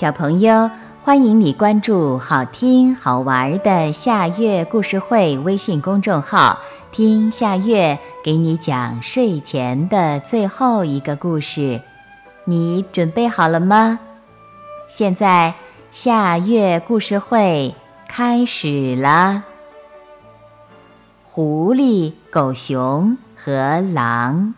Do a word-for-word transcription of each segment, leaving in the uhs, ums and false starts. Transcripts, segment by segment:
小朋友，欢迎你关注好听好玩的夏月故事会微信公众号，听夏月给你讲睡前的最后一个故事。你准备好了吗？现在夏月故事会开始了。狐狸、狗熊和狼。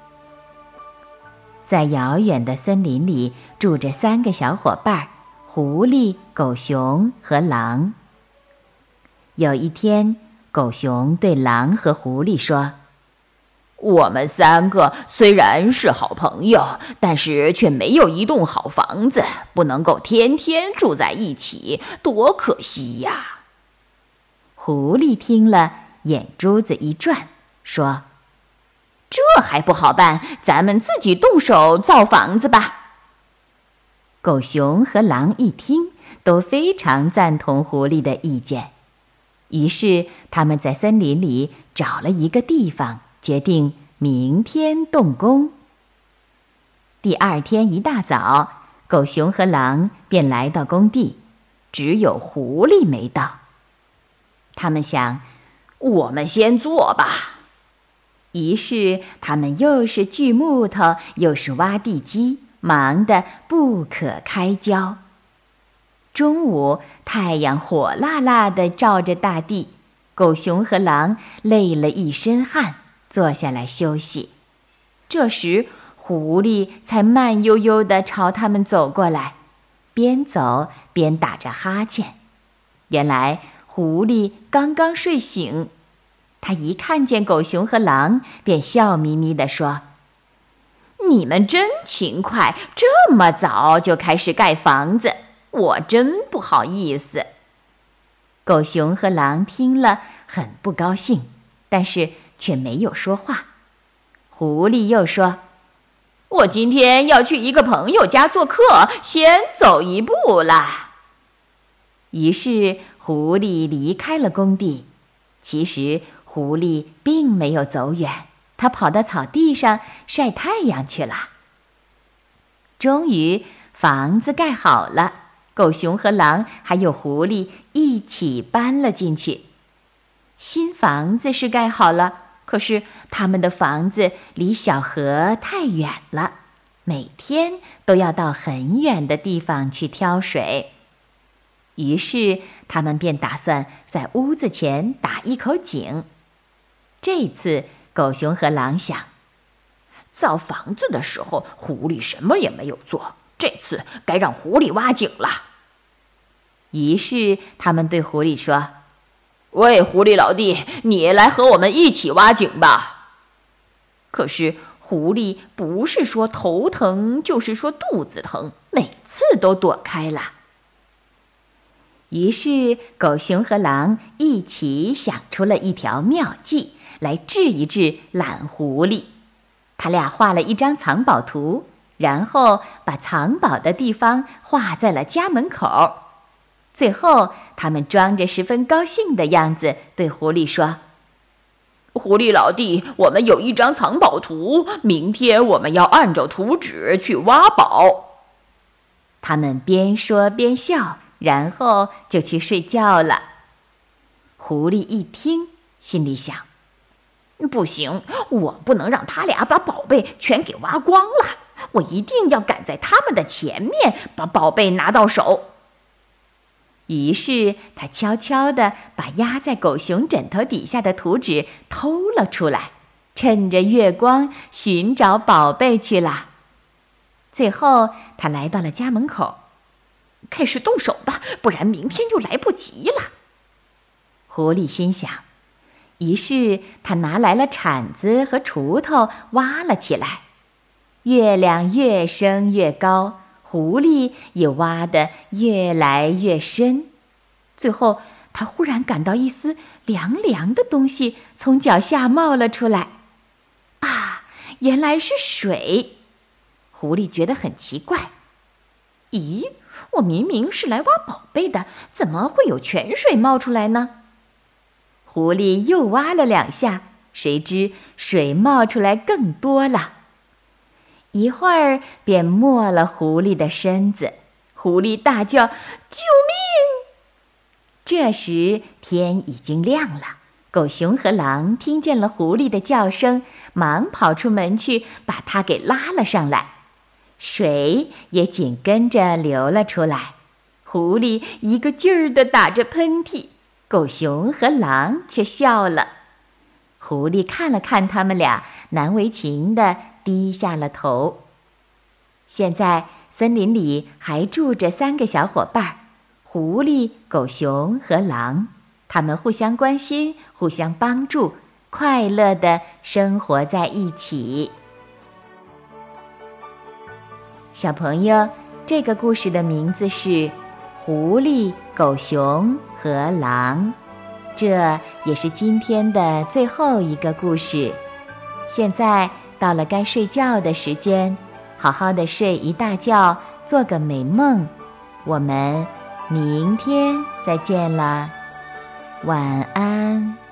在遥远的森林里住着三个小伙伴，狐狸、狗熊和狼。有一天，狗熊对狼和狐狸说： 我们三个虽然是好朋友，但是却没有一栋好房子，不能够天天住在一起，多可惜呀！ 狐狸听了，眼珠子一转，说： 这还不好办，咱们自己动手造房子吧。 狗熊和狼一听，都非常赞同狐狸的意见。于是他们在森林里找了一个地方，决定明天动工。第二天一大早，狗熊和狼便来到工地，只有狐狸没到。他们想， 我们先做吧。 于是他们又是锯木头，又是挖地基，忙得不可开交。中午，太阳火辣辣地照着大地，狗熊和狼累了一身汗，坐下来休息。这时，狐狸才慢悠悠地朝他们走过来，边走边打着哈欠。原来狐狸刚刚睡醒，他一看见狗熊和狼，便笑眯眯地说： 你们真勤快，这么早就开始盖房子，我真不好意思。 狗熊和狼听了很不高兴，但是却没有说话。狐狸又说： 我今天要去一个朋友家做客，先走一步啦。 于是狐狸离开了工地。其实狐狸并没有走远，它跑到草地上晒太阳去了。终于房子盖好了，狗熊和狼还有狐狸一起搬了进去。新房子是盖好了，可是他们的房子离小河太远了，每天都要到很远的地方去挑水。于是他们便打算在屋子前打一口井。这次狗熊和狼想， 造房子的时候狐狸什么也没有做，这次该让狐狸挖井了。 于是他们对狐狸说： 喂，狐狸老弟，你来和我们一起挖井吧。可是狐狸不是说头疼，就是说肚子疼，每次都躲开了。 于是狗熊和狼一起想出了一条妙计，来治一治懒狐狸。他俩画了一张藏宝图，然后把藏宝的地方画在了家门口。最后他们装着十分高兴的样子，对狐狸说： 狐狸老弟，我们有一张藏宝图，明天我们要按照图纸去挖宝。 他们边说边笑，然后就去睡觉了。狐狸一听，心里想： 不行，我不能让他俩把宝贝全给挖光了，我一定要赶在他们的前面，把宝贝拿到手。 于是他悄悄地把压在狗熊枕头底下的图纸偷了出来，趁着月光寻找宝贝去了。最后他来到了家门口， 开始动手吧，不然明天就来不及了。 狐狸心想，于是他拿来了铲子和锄头，挖了起来。月亮越升越高，狐狸也挖得越来越深。最后他忽然感到一丝凉凉的东西从脚下冒了出来。啊，原来是水！狐狸觉得很奇怪， 咦，我明明是来挖宝贝的，怎么会有泉水冒出来呢？ 狐狸又挖了两下，谁知水冒出来更多了。一会儿便没了狐狸的身子， 狐狸大叫：“救命！”这时天已经亮了，狗熊和狼听见了狐狸的叫声，忙跑出门去，把它给拉了上来。水也紧跟着流了出来。狐狸一个劲儿地打着喷嚏，狗熊和狼却笑了。狐狸看了看他们俩，难为情地低下了头。现在森林里还住着三个小伙伴，狐狸、狗熊和狼，他们互相关心，互相帮助，快乐地生活在一起。小朋友，这个故事的名字是《狐狸、狗熊和狼》，这也是今天的最后一个故事。现在到了该睡觉的时间，好好的睡一大觉，做个美梦。我们明天再见啦，晚安。